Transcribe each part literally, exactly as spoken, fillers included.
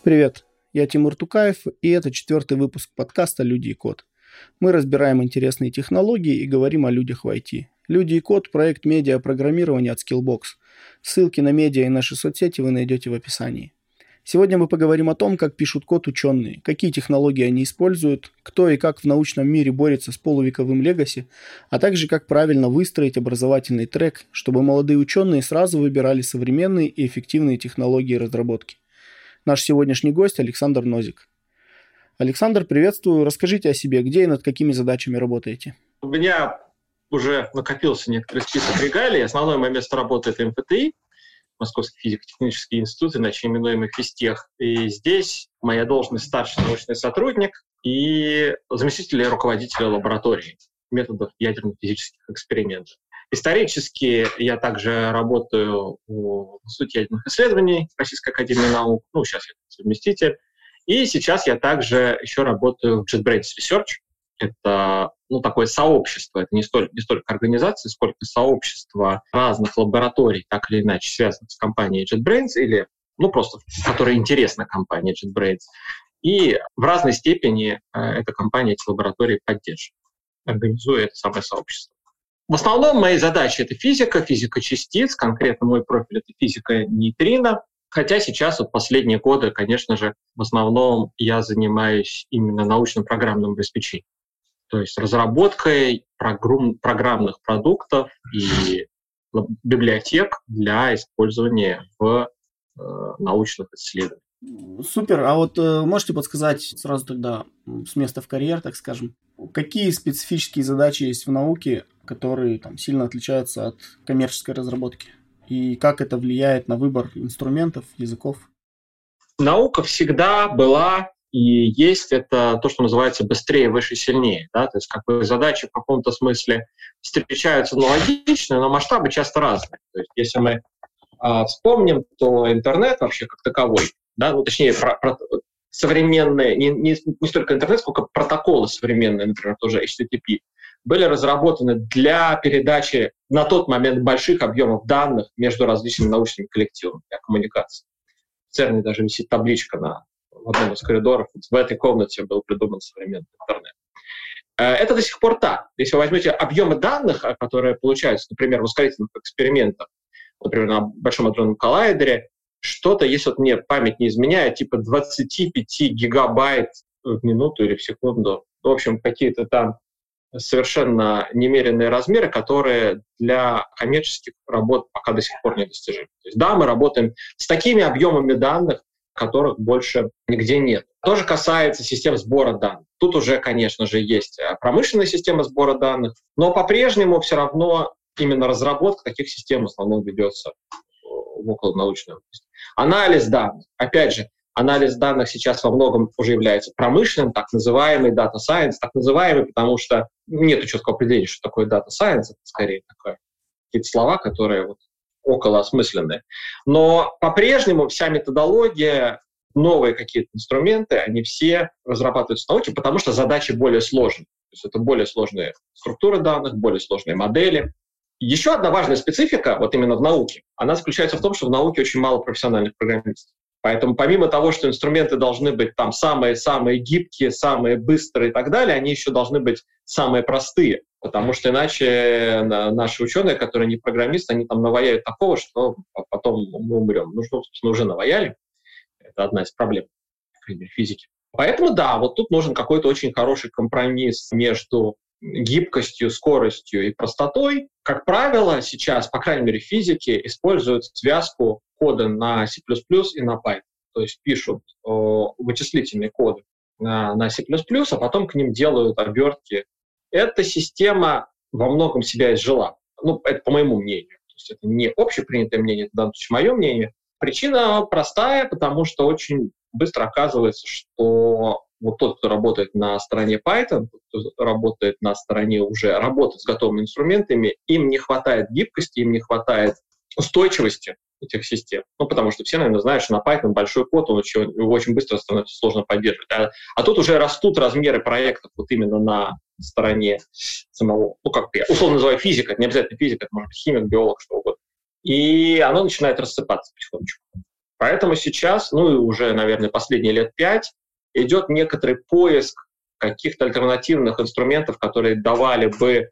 Привет, я Тимур Тукаев, и это четвертый выпуск подкаста «Люди и код». Мы разбираем интересные технологии и говорим о людях в ай ти. «Люди и код» – проект медиапрограммирования от Skillbox. Ссылки на медиа и наши соцсети вы найдете в описании. Сегодня мы поговорим о том, как пишут код ученые, какие технологии они используют, кто и как в научном мире борется с полувековым легаси, а также как правильно выстроить образовательный трек, чтобы молодые ученые сразу выбирали современные и эффективные технологии разработки. Наш сегодняшний гость Александр Нозик. Александр, приветствую. Расскажите о себе, где и над какими задачами работаете. У меня уже накопился некоторый список регалий. Основное мое место работы – это эм эф тэ и, Московский физико-технический институт, иначе именуемый Физтех. И здесь моя должность – старший научный сотрудник и заместитель руководителя лаборатории методов ядерно-физических экспериментов. Исторически я также работаю в Институте ядерных исследований Российской академии наук, ну, сейчас я совместитель. И сейчас я также еще работаю в JetBrains Research. Это ну, такое сообщество, это не столько, не столько организация, сколько сообщество разных лабораторий, так или иначе связанных с компанией JetBrains, или ну, просто которая интересна компании JetBrains. И в разной степени э, эта компания эти лаборатории поддерживает, организуя это самое сообщество. В основном мои задачи — это физика, физика частиц, конкретно мой профиль — это физика нейтрино, хотя сейчас, вот последние годы, конечно же, в основном я занимаюсь именно научным программным обеспечением, то есть разработкой программ, программных продуктов и библиотек для использования в э, научных исследованиях. Супер. А вот э, можете подсказать сразу тогда с места в карьер, так скажем, какие специфические задачи есть в науке, которые там сильно отличаются от коммерческой разработки? И как это влияет на выбор инструментов, языков? Наука всегда была и есть это то, что называется быстрее, выше, сильнее. Да? То есть как бы задачи в каком-то смысле встречаются аналогичные, но масштабы часто разные. То есть если мы э, вспомним, то интернет вообще как таковой, да, ну, точнее, про, про современные, не, не, не столько интернет, сколько протоколы современные, например, тоже эйч ти ти пи, были разработаны для передачи на тот момент больших объемов данных между различными научными коллективами для коммуникации. В ЦЕРНе даже висит табличка на в одном из коридоров. В этой комнате был придуман современный интернет. Это до сих пор так. Если вы возьмете объемы данных, которые получаются, например, в ускорительных экспериментах, например, на Большом адронном коллайдере, что-то, если вот мне память не изменяет, типа двадцать пять гигабайт в минуту или в секунду. В общем, какие-то там совершенно немеренные размеры, которые для коммерческих работ пока до сих пор недостижимы. То есть, да, мы работаем с такими объемами данных, которых больше нигде нет. То же касается систем сбора данных. Тут уже, конечно же, есть промышленная система сбора данных, но по-прежнему все равно именно разработка таких систем в основном ведется в околонаучной области. Анализ данных. Опять же, анализ данных сейчас во многом уже является промышленным, так называемый data science, так называемый, потому что нет четкого определения, что такое data science, это скорее такое, какие-то слова, которые вот околоосмысленные. Но по-прежнему вся методология, новые какие-то инструменты, они все разрабатываются в науке, потому что задачи более сложные. То есть это более сложные структуры данных, более сложные модели. Еще одна важная специфика, вот именно в науке, она заключается в том, что в науке очень мало профессиональных программистов. Поэтому помимо того, что инструменты должны быть там самые-самые гибкие, самые быстрые и так далее, они еще должны быть самые простые, потому что иначе наши ученые, которые не программисты, они там наваяют такого, что потом мы умрем. Ну что, собственно, уже наваяли. Это одна из проблем, например, физики. Поэтому да, вот тут нужен какой-то очень хороший компромисс между гибкостью, скоростью и простотой. Как правило, сейчас, по крайней мере, физики используют связку кода на C++ и на Python. То есть пишут о, вычислительные коды на, на C++, а потом к ним делают обертки. Эта система во многом себя изжила. Ну, это по моему мнению. То есть это не общепринятое мнение, это в данном случае мое мнение. Причина простая, потому что очень быстро оказывается, что вот тот, кто работает на стороне Python, кто работает на стороне уже работы с готовыми инструментами, им не хватает гибкости, им не хватает устойчивости этих систем. Ну, потому что все, наверное, знают, что на Python большой код, он очень, его очень быстро становится сложно поддерживать. А, а тут уже растут размеры проектов вот именно на стороне самого, ну, как я условно называю физика, это не обязательно физика, это может быть химик, биолог, что угодно. И оно начинает рассыпаться потихонечку. Поэтому сейчас, ну и уже, наверное, последние лет пять, идет некоторый поиск каких-то альтернативных инструментов, которые давали бы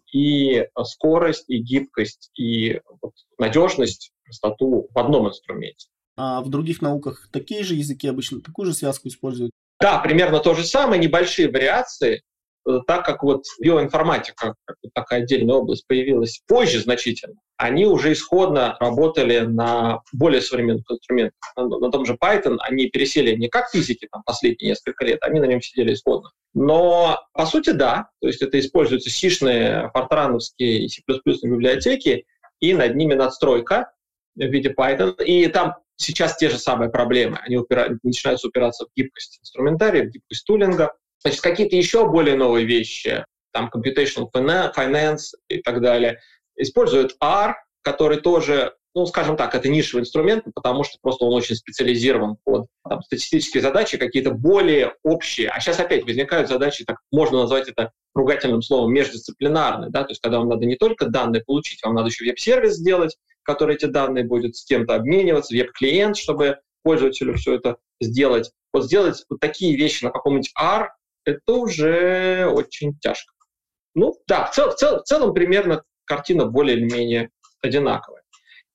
и скорость, и гибкость, и вот надежность, простоту в одном инструменте. А в других науках такие же языки обычно, такую же связку используют? Да, примерно то же самое, небольшие вариации, так как вот биоинформатика, как вот такая отдельная область, появилась позже значительно, они уже исходно работали на более современных инструментах. На, на том же Python они пересели не как физики там, последние несколько лет, они на нем сидели исходно. Но, по сути, да, то есть это используются сишные, фортрановские и C++ библиотеки, и над ними надстройка в виде Python, и там сейчас те же самые проблемы. Они упира... начинают упираться в гибкость инструментария, в гибкость тулинга. Значит, какие-то еще более новые вещи, там computational finance и так далее, используют ар, который тоже, ну, скажем так, это нишевый инструмент, потому что просто он очень специализирован под там, статистические задачи, какие-то более общие. А сейчас опять возникают задачи, так можно назвать это ругательным словом, междисциплинарные, да, то есть когда вам надо не только данные получить, вам надо еще веб-сервис сделать, который эти данные будет с кем-то обмениваться, веб-клиент, чтобы пользователю все это сделать. Вот сделать вот такие вещи на каком-нибудь ар, это уже очень тяжко. Ну да, в, цел, в, цел, в целом примерно картина более или менее одинаковая.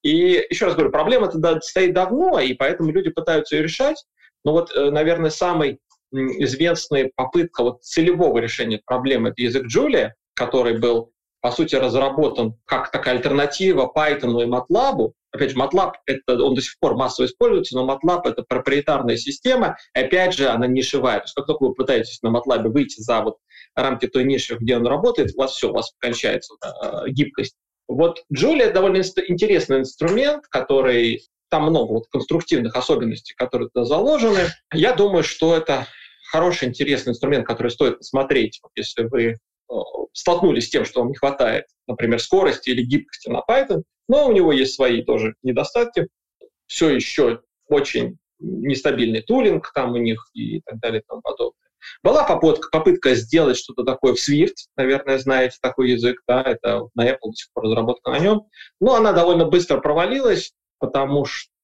И еще раз говорю, проблема-то стоит давно, и поэтому люди пытаются ее решать. Но вот, наверное, самая известная попытка вот целевого решения проблемы — это язык Julia, который был, по сути, разработан как такая альтернатива Python и MATLAB. Опять же, MATLAB, это, он до сих пор массово используется, но MATLAB — это проприетарная система, и опять же, она нишевая. То есть как только вы пытаетесь на MATLAB выйти за вот рамки той ниши, где он работает, у вас все, у вас кончается э, гибкость. Вот Julia — довольно интересный инструмент, который... Там много вот конструктивных особенностей, которые туда заложены. Я думаю, что это хороший, интересный инструмент, который стоит посмотреть, если вы столкнулись с тем, что вам не хватает, например, скорости или гибкости на Python, но у него есть свои тоже недостатки. Все еще очень нестабильный тулинг там у них и так далее и тому подобное. Была попытка, попытка сделать что-то такое в Swift, наверное, знаете такой язык, да, это на Apple до сих пор разработка на нем, но она довольно быстро провалилась, потому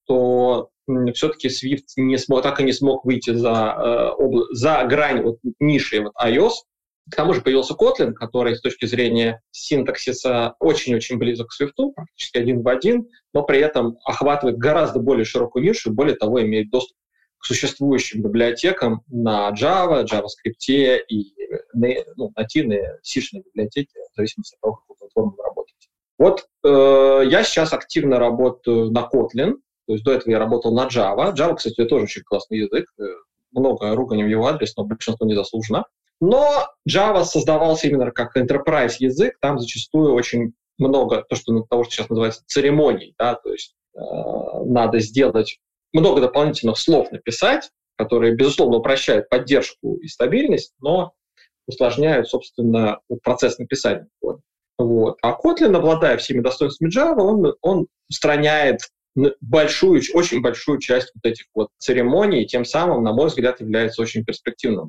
что все-таки Swift не смог, так и не смог выйти за, э, обла- за грань вот, ниши вот, iOS. К тому же появился Kotlin, который с точки зрения синтаксиса очень-очень близок к Swift, практически один в один, но при этом охватывает гораздо более широкую нишу, и более того, имеет доступ к существующим библиотекам на Java, JavaScript и ну, нативные C-шные библиотеки, в зависимости от того, какую платформу вы работаете. Вот э, я сейчас активно работаю на Kotlin, то есть до этого я работал на Java. Java, кстати, тоже очень классный язык, много ругани в его адрес, но большинство незаслуженно. Но Java создавался именно как enterprise язык, там зачастую очень много то, что, того, что сейчас называется церемоний, да, то есть э, надо сделать много дополнительных слов написать, которые, безусловно, упрощают поддержку и стабильность, но усложняют, собственно, процесс написания кода. Вот. А Kotlin, обладая всеми достоинствами Java, он, он устраняет большую, очень большую часть вот этих вот церемоний, и тем самым, на мой взгляд, является очень перспективным.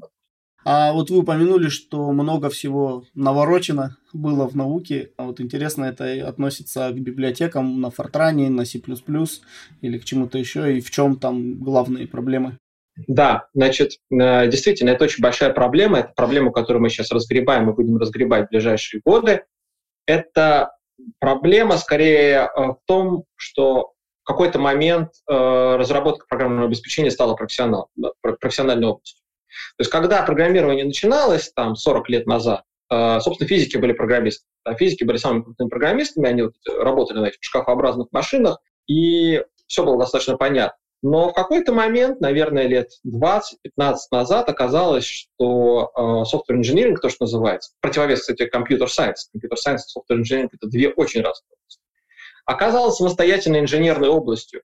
А вот вы упомянули, что много всего наворочено было в науке. А вот интересно, это относится к библиотекам на Fortran, на C++ или к чему-то еще, и в чем там главные проблемы? Да, значит, действительно, это очень большая проблема. Это проблема, которую мы сейчас разгребаем и будем разгребать в ближайшие годы. Это проблема скорее в том, что в какой-то момент разработка программного обеспечения стала профессионал, профессиональной областью. То есть когда программирование начиналось, там, сорок лет назад, э, собственно, физики были программистами. Да, физики были самыми крутыми программистами, они вот работали на этих шкафообразных машинах, и все было достаточно понятно. Но в какой-то момент, наверное, лет двадцать-пятнадцать назад оказалось, что э, software engineering, то, что называется, противовес, кстати, computer science, computer science и software engineering — это две очень разные области, оказалось самостоятельной инженерной областью.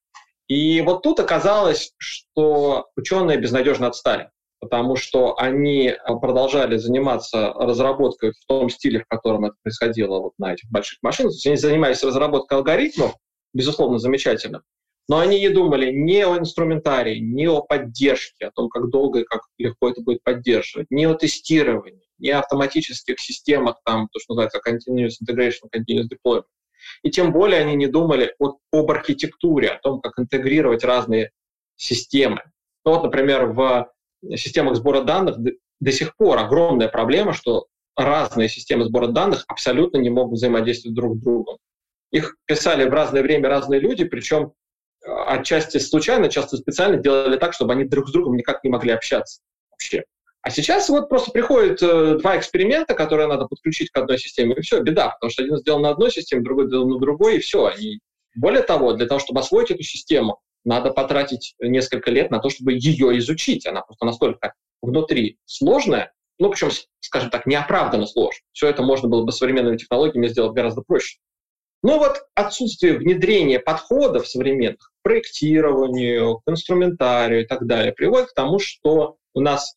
И вот тут оказалось, что ученые безнадежно отстали, потому что они продолжали заниматься разработкой в том стиле, в котором это происходило вот на этих больших машинах. Они занимались разработкой алгоритмов, безусловно, замечательно, но они не думали ни о инструментарии, ни о поддержке, о том, как долго и как легко это будет поддерживать, ни о тестировании, ни о автоматических системах, там, то, что называется continuous integration, continuous deployment. И тем более они не думали вот об архитектуре, о том, как интегрировать разные системы. Ну вот, например, в системах сбора данных до сих пор огромная проблема, что разные системы сбора данных абсолютно не могут взаимодействовать друг с другом. Их писали в разное время разные люди, причем отчасти случайно, часто специально делали так, чтобы они друг с другом никак не могли общаться вообще. А сейчас вот просто приходят э, два эксперимента, которые надо подключить к одной системе, и все, беда, потому что один сделан на одной системе, другой сделан на другой, и все. И более того, для того, чтобы освоить эту систему, надо потратить несколько лет на то, чтобы ее изучить. Она просто настолько внутри сложная, ну, причем, скажем так, неоправданно сложная. Все это можно было бы современными технологиями сделать гораздо проще. Но вот отсутствие внедрения подходов современных к проектированию, к инструментарию и так далее приводит к тому, что у нас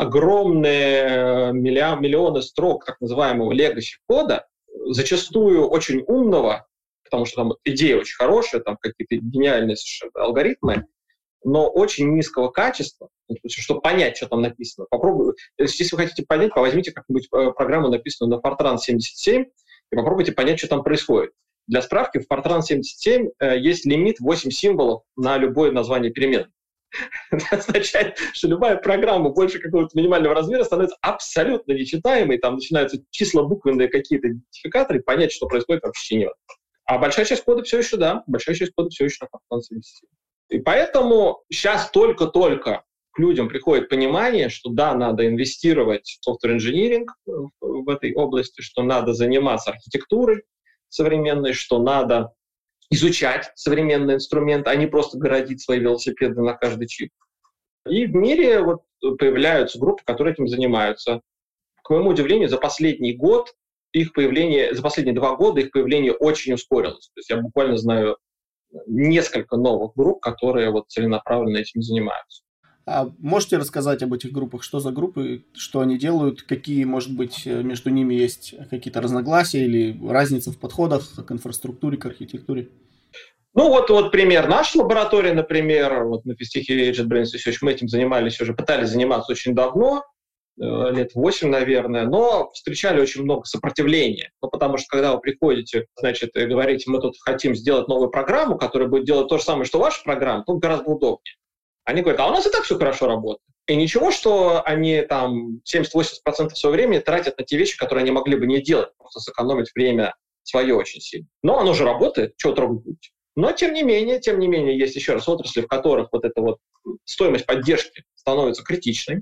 огромные миллионы строк так называемого legacy кода, зачастую очень умного, потому что там идея очень хорошая, там какие-то гениальные совершенно алгоритмы, но очень низкого качества, чтобы понять, что там написано. Попробуйте, если вы хотите понять, возьмите какую-нибудь программу, написанную на Fortran семьдесят семь, и попробуйте понять, что там происходит. Для справки, в Fortran семьдесят семь э, есть лимит восемь символов на любое название переменной. Это означает, что любая программа больше какого-то минимального размера становится абсолютно нечитаемой, там начинаются числа буквенные какие-то идентификаторы, понять, что происходит, вообще невозможно. А большая часть кода все еще, да, большая часть кода все еще на Fortran семьдесят семь. И поэтому сейчас только-только к людям приходит понимание, что да, надо инвестировать в software engineering в этой области, что надо заниматься архитектурой современной, что надо изучать современный инструмент, а не просто городить свои велосипеды на каждый чип. И в мире вот появляются группы, которые этим занимаются. К моему удивлению, за последний год их появление, за последние два года их появление очень ускорилось. То есть я буквально знаю несколько новых групп, которые вот целенаправленно этим занимаются. А можете рассказать об этих группах? Что за группы, что они делают, какие, может быть, между ними есть какие-то разногласия или разница в подходах к инфраструктуре, к архитектуре? Ну вот, вот пример нашей лаборатории, например, вот на физтехе JetBrains Research мы этим занимались уже, пытались заниматься очень давно, лет восемь, наверное, но встречали очень много сопротивления. Ну, потому что когда вы приходите, значит, и говорите, мы тут хотим сделать новую программу, которая будет делать то же самое, что ваша программа, то гораздо удобнее. Они говорят, а у нас и так все хорошо работает. И ничего, что они там семьдесят-восемьдесят процентов своего времени тратят на те вещи, которые они могли бы не делать, просто сэкономить время свое очень сильно. Но оно же работает, чего трогать будете. Но тем не менее, тем не менее, есть еще раз отрасли, в которых вот эта вот стоимость поддержки становится критичной,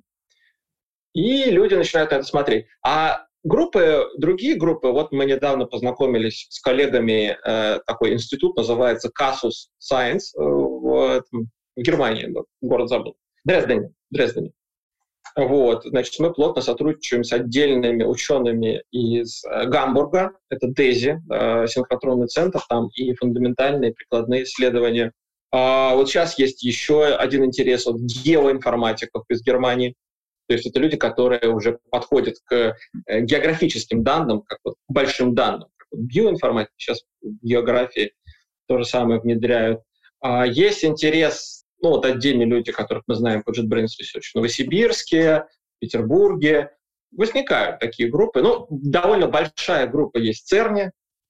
и люди начинают на это смотреть. А группы, другие группы, вот мы недавно познакомились с коллегами, э, такой институт называется Casus Science э, в, этом, в Германии, город забыл, Дрездене, Дрездене. Вот, значит, мы плотно сотрудничаем с отдельными учеными из э, Гамбурга, это ДЭЗИ, э, синхротронный центр, там и фундаментальные прикладные исследования. А вот сейчас есть еще один интерес от геоинформатиков из Германии. То есть это люди, которые уже подходят к э, географическим данным, как вот к большим данным. Как вот биоинформатика, сейчас в географии то же самое внедряют. А есть интерес, ну вот отдельные люди, которых мы знаем по JetBrains Research, в Новосибирске, в Петербурге. Возникают такие группы. Ну, довольно большая группа есть в ЦЕРНе, э,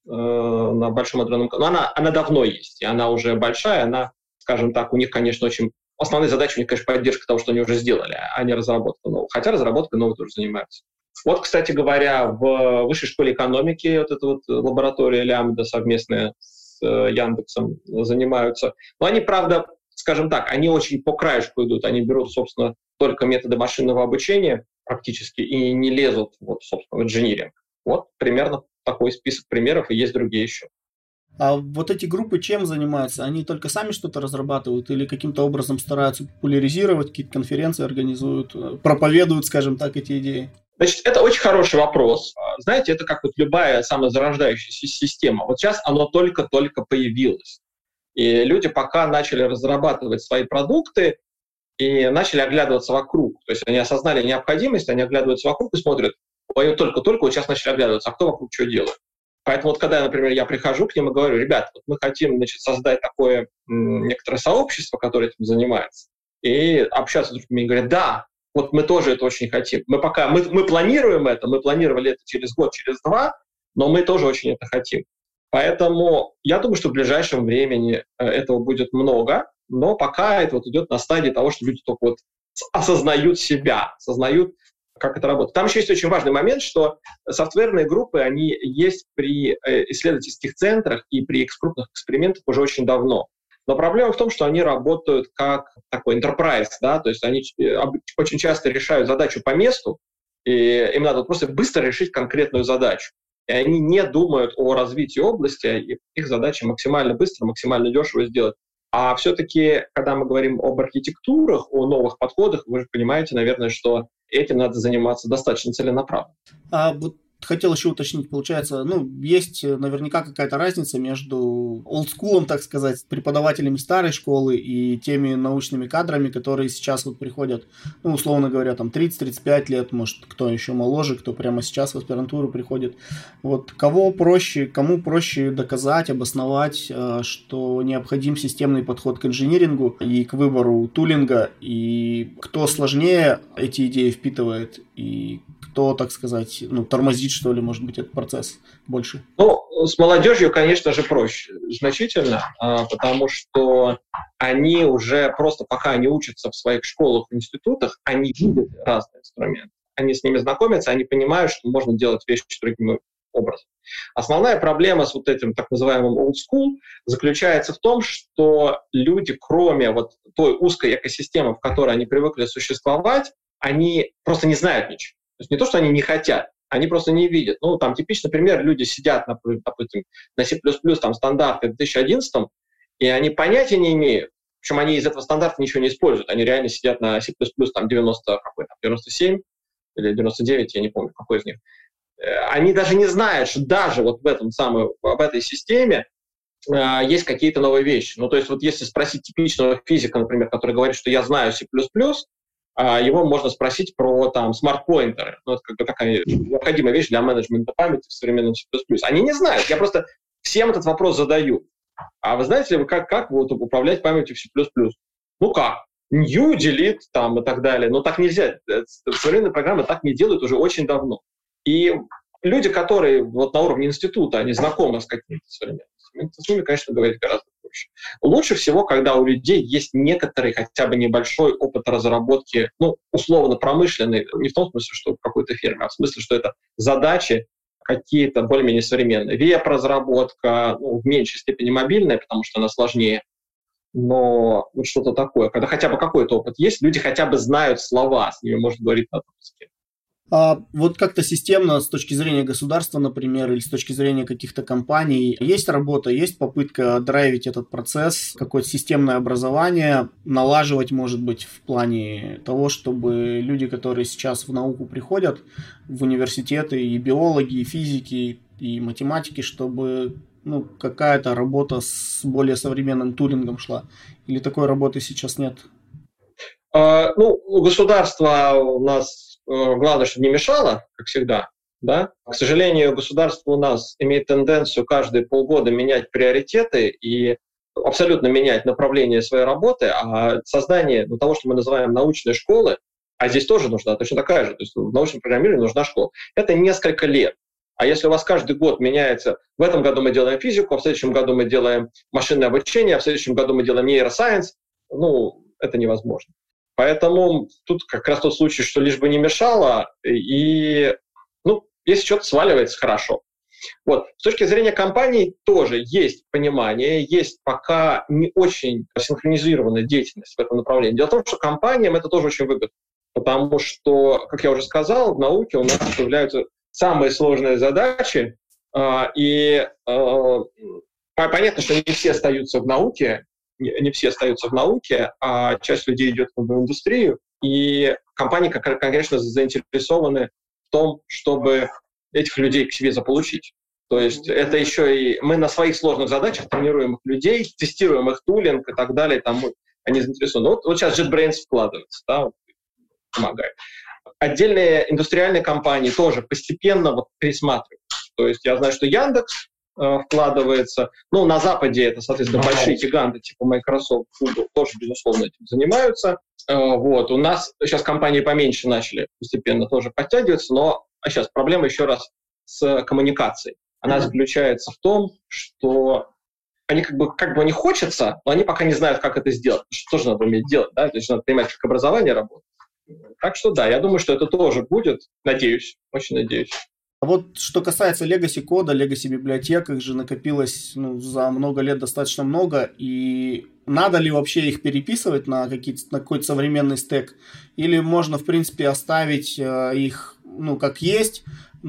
на Большом адронном... Но она, она давно есть, и она уже большая, она, скажем так, у них, конечно, очень... Основная задача у них, конечно, поддержка того, что они уже сделали, а не разработка нового. Хотя разработкой нового тоже занимаются. Вот, кстати говоря, в Высшей школе экономики вот эта вот лаборатория Лямбда совместная с Яндексом занимаются. Но они, правда, скажем так, они очень по краешку идут. Они берут, собственно, только методы машинного обучения практически и не лезут, вот, собственно, в инжиниринг. Вот примерно такой список примеров, и есть другие еще. А вот эти группы чем занимаются? Они только сами что-то разрабатывают или каким-то образом стараются популяризировать, какие-то конференции организуют, проповедуют, скажем так, эти идеи? Значит, это очень хороший вопрос. Знаете, это как вот любая самозарождающаяся система. Вот сейчас оно только-только появилось. И люди пока начали разрабатывать свои продукты и начали оглядываться вокруг. То есть они осознали необходимость, они оглядываются вокруг и смотрят, ой, только-только вот сейчас начали оглядываться, а кто вокруг что делает? Поэтому вот когда, например, я прихожу к ним и говорю, ребята, вот мы хотим, значит, создать такое м, некоторое сообщество, которое этим занимается, и общаться с другими, и говорят, да, вот мы тоже это очень хотим. Мы пока, мы, мы планируем это, мы планировали это через год, через два, но мы тоже очень это хотим. Поэтому я думаю, что в ближайшем времени этого будет много, но пока это вот идет на стадии того, что люди только вот осознают себя, осознают, как это работает. Там еще есть очень важный момент, что софтверные группы, они есть при исследовательских центрах и при крупных экспериментах уже очень давно. Но проблема в том, что они работают как такой enterprise, да, то есть они очень часто решают задачу по месту, и им надо просто быстро решить конкретную задачу. И они не думают о развитии области, и их задача максимально быстро, максимально дешево сделать. А все-таки, когда мы говорим об архитектурах, о новых подходах, вы же понимаете, наверное, что этим надо заниматься достаточно целенаправленно. А вот хотел еще уточнить, получается, ну, есть наверняка какая-то разница между олдскулом, так сказать, преподавателями старой школы и теми научными кадрами, которые сейчас вот приходят, ну, условно говоря, там тридцать-тридцать пять лет, может, кто еще моложе, кто прямо сейчас в аспирантуру приходит. Вот кого проще, кому проще доказать, обосновать, что необходим системный подход к инжинирингу и к выбору тулинга, и кто сложнее эти идеи впитывает, и кто, так сказать, ну, тормозит, что ли, может быть, этот процесс больше? Ну, с молодежью, конечно же, проще значительно, потому что они уже просто, пока они учатся в своих школах, институтах, они видят разные инструменты. Они с ними знакомятся, они понимают, что можно делать вещи другим образом. Основная проблема с вот этим так называемым old school заключается в том, что люди, кроме вот той узкой экосистемы, в которой они привыкли существовать, они просто не знают ничего. То есть не то, что они не хотят, они просто не видят. Ну, там типичный пример, люди сидят, допустим, на C++, там стандарты в две тысячи одиннадцатом, и они понятия не имеют, причем они из этого стандарта ничего не используют, они реально сидят на C++, там девяносто, какой там, девяносто семь или девяносто девять, я не помню, какой из них. Они даже не знают, что даже вот в этом самой, в этой системе э, есть какие-то новые вещи. Ну, то есть вот если спросить типичного физика, например, который говорит, что я знаю C++, его можно спросить про там смарт-поинтеры. Ну, это как бы такая необходимая вещь для менеджмента памяти в современном C++. Они не знают. Я просто всем этот вопрос задаю. А вы знаете ли вы, как, как вот управлять памятью в C++? Ну как? New, delete там и так далее. Но так нельзя. Современные программы так не делают уже очень давно. И люди, которые вот на уровне института, они знакомы с какими-то современными, с ними, конечно, говорить гораздо проще. Лучше всего, когда у людей есть некоторый, хотя бы небольшой опыт разработки, ну, условно промышленный, не в том смысле, что в какой-то фирме, а в смысле, что это задачи какие-то более-менее современные. Веб-разработка, ну, в меньшей степени мобильная, потому что она сложнее, но вот что-то такое. Когда хотя бы какой-то опыт есть, люди хотя бы знают слова, с ними можно говорить на том языке. А вот как-то системно с точки зрения государства, например, или с точки зрения каких-то компаний, есть работа, есть попытка драйвить этот процесс, какое-то системное образование, налаживать, может быть, в плане того, чтобы люди, которые сейчас в науку приходят, в университеты, и биологи, и физики, и математики, чтобы ну, какая-то работа с более современным тулингом шла? Или такой работы сейчас нет? А, ну, государство у нас... Главное, чтобы не мешало, как всегда, да. К сожалению, государство у нас имеет тенденцию каждые полгода менять приоритеты и абсолютно менять направление своей работы, а создание ну, того, что мы называем научной школы, а здесь тоже нужна точно такая же, то есть в научном программировании нужна школа, это несколько лет. А если у вас каждый год меняется, в этом году мы делаем физику, а в следующем году мы делаем машинное обучение, а в следующем году мы делаем нейросайенс, ну, это невозможно. Поэтому тут как раз тот случай, что лишь бы не мешало, и, ну, если что-то сваливается, хорошо. Вот. С точки зрения компаний тоже есть понимание, есть пока не очень синхронизированная деятельность в этом направлении. Дело в том, что компаниям это тоже очень выгодно, потому что, как я уже сказал, в науке у нас появляются самые сложные задачи, и понятно, что не все остаются в науке, не все остаются в науке, а часть людей идет в индустрию, и компании, конечно, заинтересованы в том, чтобы этих людей к себе заполучить. То есть это еще и мы на своих сложных задачах тренируем их людей, тестируем их тулинг и так далее, там они заинтересованы. Вот, вот сейчас JetBrains вкладывается, да, помогает. Отдельные индустриальные компании тоже постепенно вот пересматривают. То есть я знаю, что Яндекс вкладывается. Ну, на Западе это, соответственно, большие гиганты типа Microsoft, Google тоже, безусловно, этим занимаются. Вот. У нас сейчас компании поменьше начали постепенно тоже подтягиваться, но а сейчас проблема еще раз с коммуникацией. она заключается в том, что они как бы, как бы не хочется, но они пока не знают, как это сделать. Что тоже надо уметь делать, да? То есть надо понимать, как образование работает. Так что да, я думаю, что это тоже будет. Надеюсь, очень надеюсь. А вот что касается legacy кода, legacy библиотек, их же накопилось ну, за много лет достаточно много, и надо ли вообще их переписывать на, какие-то, на какой-то современный стек, или можно, в принципе, оставить э, их ну, как есть,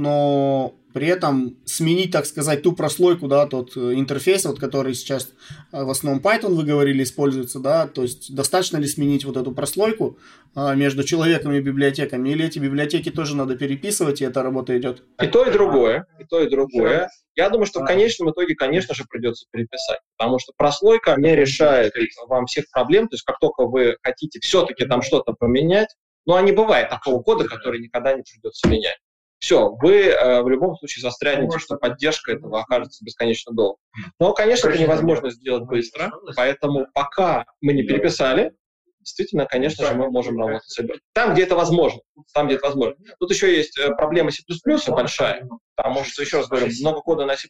но при этом сменить, так сказать, ту прослойку, да, тот интерфейс, вот, который сейчас в основном Python, вы говорили, используется, да, то есть достаточно ли сменить вот эту прослойку а, между человеком и библиотеками, или эти библиотеки тоже надо переписывать, и эта работа идет? И то, и другое, и то, и другое. Я думаю, что в конечном итоге, конечно же, придется переписать, потому что прослойка не решает вам всех проблем, то есть как только вы хотите все-таки там что-то поменять, но не бывает такого кода, который никогда не придется менять. Все, вы э, в любом случае застрянете, что поддержка этого окажется бесконечно долго. Но, конечно, это невозможно сделать быстро, поэтому пока мы не переписали, действительно, конечно же, мы можем работать с собой. Там, где это возможно. Там, где это возможно. Тут еще есть проблема C++ большая, потому что, еще раз говорю, много кода на C++,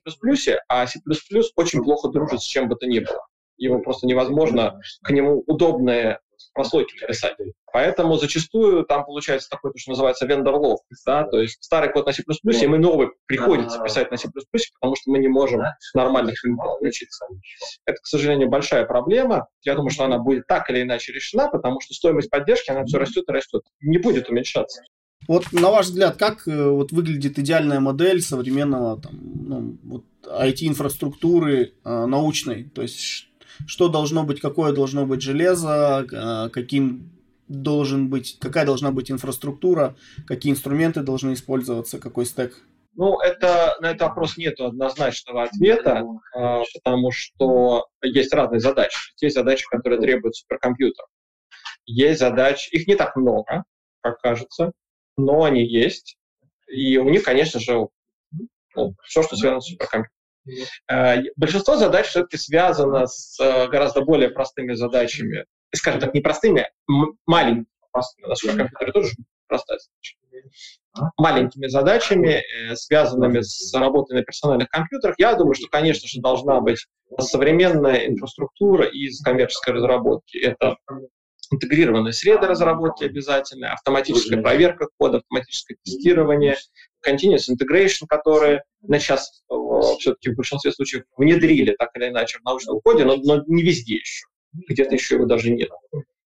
а C++ очень плохо дружит с чем бы то ни было. Его просто невозможно к нему удобные прослойки написать. Поэтому зачастую там получается такое, то, что называется vendor lock, да, то есть старый код на C++, и мы новый приходится писать на C++, потому что мы не можем нормально к нему подключиться. Это, к сожалению, большая проблема. Я думаю, что она будет так или иначе решена, потому что стоимость поддержки, она все растет и растет. Не будет уменьшаться. Вот на ваш взгляд, как вот выглядит идеальная модель современного там, ну, вот, ай ти-инфраструктуры э, научной? То есть что должно быть, какое должно быть железо, э, каким должен быть, какая должна быть инфраструктура, какие инструменты должны использоваться, какой стек? Ну, это, на этот вопрос нет однозначного ответа, э, потому что есть разные задачи. Есть задачи, которые требуют суперкомпьютера. Есть задачи, их не так много, как кажется, но они есть. И у них, конечно же, ну, все, что связано с суперкомпьютером. Э, большинство задач все-таки связано с э, гораздо более простыми задачами. Скажем так, не простыми, м- маленькими. На суперкомпьютере тоже простая задача. Маленькими задачами, э, связанными с работой на персональных компьютерах. Я думаю, что, конечно же, должна быть современная инфраструктура из коммерческой разработки. Это интегрированные среды разработки обязательно, автоматическая проверка кода, автоматическое тестирование, continuous integration, которые на сейчас э, все-таки в большинстве случаев внедрили так или иначе в научном коде, но, но не везде еще. Где-то еще его даже нет.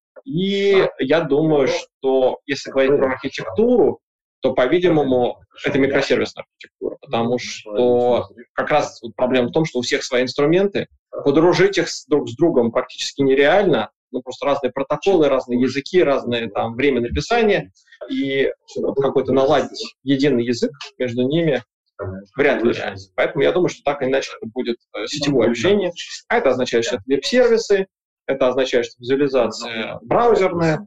И я думаю, что если говорить про архитектуру, то, по-видимому, это микросервисная архитектура, потому что как раз вот проблема в том, что у всех свои инструменты, подружить их друг с другом практически нереально, ну, просто разные протоколы, разные языки, разные там время написания, и вот, какой-то наладить единый язык между ними вряд ли реально. Поэтому я думаю, что так или иначе это будет сетевое общение, а это означает, что это веб-сервисы, это означает, что визуализация браузерная,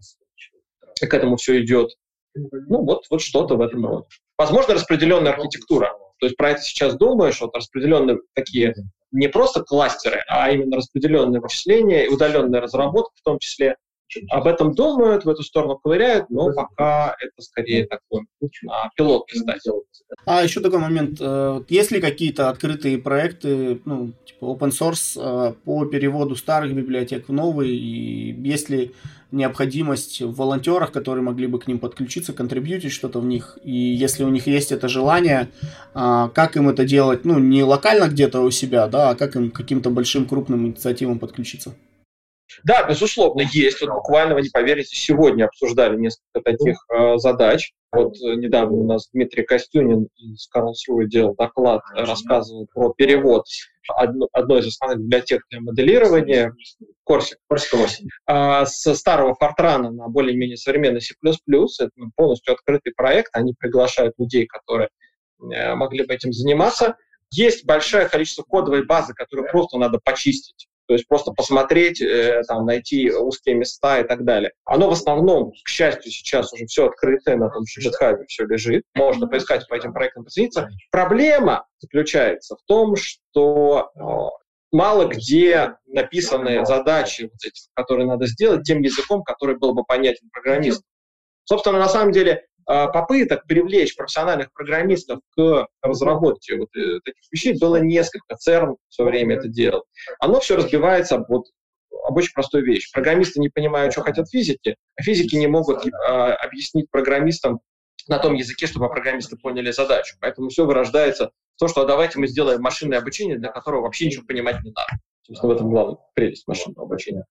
и к этому все идет. Ну, вот, вот что-то в этом роде. Возможно, распределенная архитектура. То есть про это сейчас думаешь, вот распределенные такие не просто кластеры, а именно распределенные вычисления и удаленная разработка в том числе. Об этом думают, в эту сторону ковыряют, но пока это скорее такой на пилотной стадии. А еще такой момент. Есть ли какие-то открытые проекты, ну, типа open source, по переводу старых библиотек в новые? И есть ли необходимость в волонтерах, которые могли бы к ним подключиться, контрибьютить что-то в них? И если у них есть это желание, как им это делать? Ну, не локально где-то у себя, да, а как им к каким-то большим крупным инициативам подключиться? Да, безусловно, есть. Вот буквально, вы не поверите, сегодня обсуждали несколько таких э, задач. Вот э, недавно у нас Дмитрий Костюнин из Карлсруhe делал доклад, рассказывал про перевод одно, одной из основных библиотек для моделирования, Корсик, Корсик восемь, э, с старого Фортрана на более-менее современный C++. Это полностью открытый проект. Они приглашают людей, которые э, могли бы этим заниматься. Есть большое количество кодовой базы, которую просто надо почистить. То есть просто посмотреть, э, там, найти узкие места и так далее. Оно в основном, к счастью, сейчас уже все открытое, на том же GitHub все лежит. Можно поискать по этим проектам, присоединиться. Проблема заключается в том, что э, мало где написаны задачи, вот эти, которые надо сделать, тем языком, который был бы понятен программистам. Собственно, на самом деле, попыток привлечь профессиональных программистов к разработке вот таких вещей было несколько. церн все время это делал. Оно все разбивается вот об очень простой вещи. Программисты не понимают, что хотят физики, а физики не могут а, объяснить программистам на том языке, чтобы программисты поняли задачу. Поэтому все вырождается в то, что а давайте мы сделаем машинное обучение, для которого вообще ничего понимать не надо. Собственно, в этом главная прелесть машинного обучения.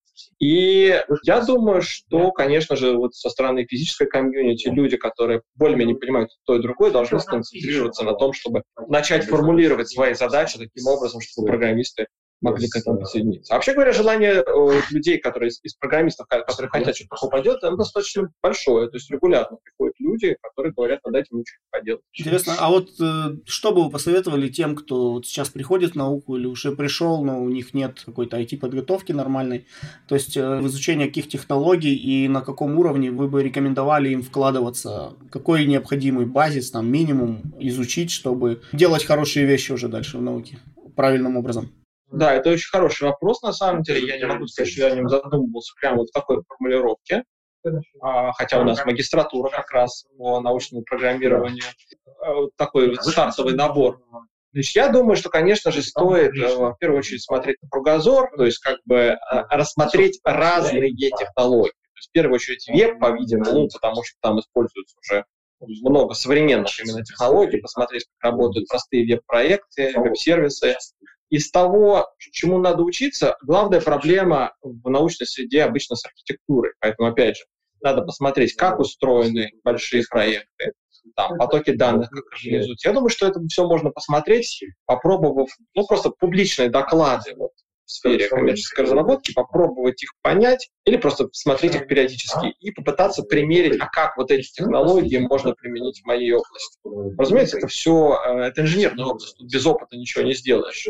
И я думаю, что, конечно же, вот со стороны физической комьюнити люди, которые более-менее понимают то и другое, должны сконцентрироваться на том, чтобы начать формулировать свои задачи таким образом, чтобы программисты могли к этому присоединиться. А вообще говоря, желание э, людей, которые из, из программистов, которые хотят, что-то упадет, оно достаточно большое. То есть регулярно приходят люди, которые говорят, над этим ничего не поделать. Интересно, а вот э, что бы вы посоветовали тем, кто вот сейчас приходит в науку или уже пришел, но у них нет какой-то ай ти-подготовки нормальной, то есть э, в изучение каких технологий и на каком уровне вы бы рекомендовали им вкладываться? Какой необходимый базис, там, минимум изучить, чтобы делать хорошие вещи уже дальше в науке правильным образом? Да, это очень хороший вопрос, на самом деле. Я не могу сказать, что я о нем задумывался прямо вот в такой формулировке. А, хотя у нас магистратура как раз по научному программированию. Вот такой вот стартовый набор. Значит, я думаю, что, конечно же, стоит в первую очередь смотреть на кругозор, то есть как бы рассмотреть разные технологии. То есть в первую очередь веб, по-видимому, потому что там используется уже много современных именно технологий, посмотреть, как работают простые веб-проекты, веб-сервисы. Из того, чему надо учиться, главная проблема в научной среде обычно с архитектурой. Поэтому, опять же, надо посмотреть, как устроены большие проекты, там, потоки данных, как организуются. Я думаю, что это все можно посмотреть, попробовав, ну, просто публичные доклады вот, в сфере коммерческой разработки, попробовать их понять или просто смотреть их периодически и попытаться примерить, а как вот эти технологии можно применить в моей области. Разумеется, это все, это инженерная область, тут без опыта ничего не сделаешь.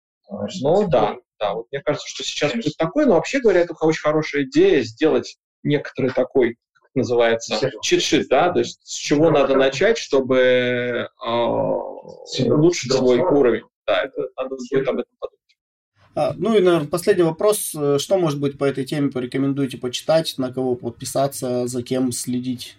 Ну да, да, вот мне кажется, что сейчас будет такое, но вообще говоря, это очень хорошая идея сделать некоторый такой, как называется, чит-шит, да, то есть с чего надо начать, чтобы э, улучшить свой уровень. Да, это надо будет об этом подумать. А, ну и, наверное, последний вопрос. Что, может быть, по этой теме порекомендуете почитать, на кого подписаться, за кем следить?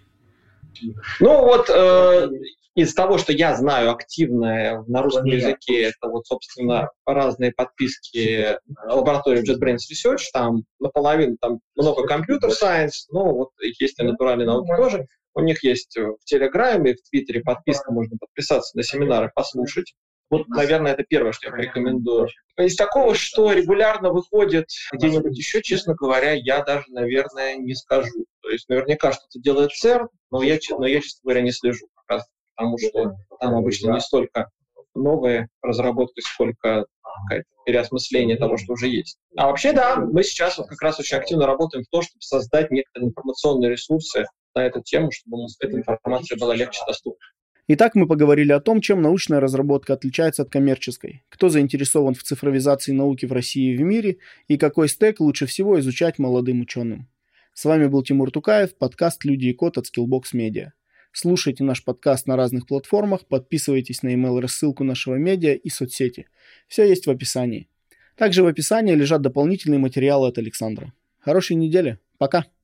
Ну вот э, из того, что я знаю активное на русском языке, это вот, собственно, разные подписки лаборатории JetBrains Research, там наполовину там много компьютер сайенс, но вот есть и натуральные науки тоже. У них есть в Телеграме, в Твиттере подписка, можно подписаться на семинары, послушать. Вот, наверное, это первое, что я порекомендую. Из такого, что регулярно выходит где-нибудь еще, честно говоря, я даже, наверное, не скажу. То есть наверняка что-то делает церн, но я, но я, честно говоря, не слежу. Как раз потому что там обычно не столько новые разработки, сколько какое-то переосмысление того, что уже есть. А вообще, да, мы сейчас вот как раз очень активно работаем в том, чтобы создать некоторые информационные ресурсы на эту тему, чтобы эта информация была легче доступна. Итак, мы поговорили о том, чем научная разработка отличается от коммерческой, кто заинтересован в цифровизации науки в России и в мире, и какой стек лучше всего изучать молодым ученым. С вами был Тимур Тукаев, подкаст «Люди и код» от Skillbox Media. Слушайте наш подкаст на разных платформах, подписывайтесь на email-рассылку нашего медиа и соцсети. Все есть в описании. Также в описании лежат дополнительные материалы от Александра. Хорошей недели. Пока!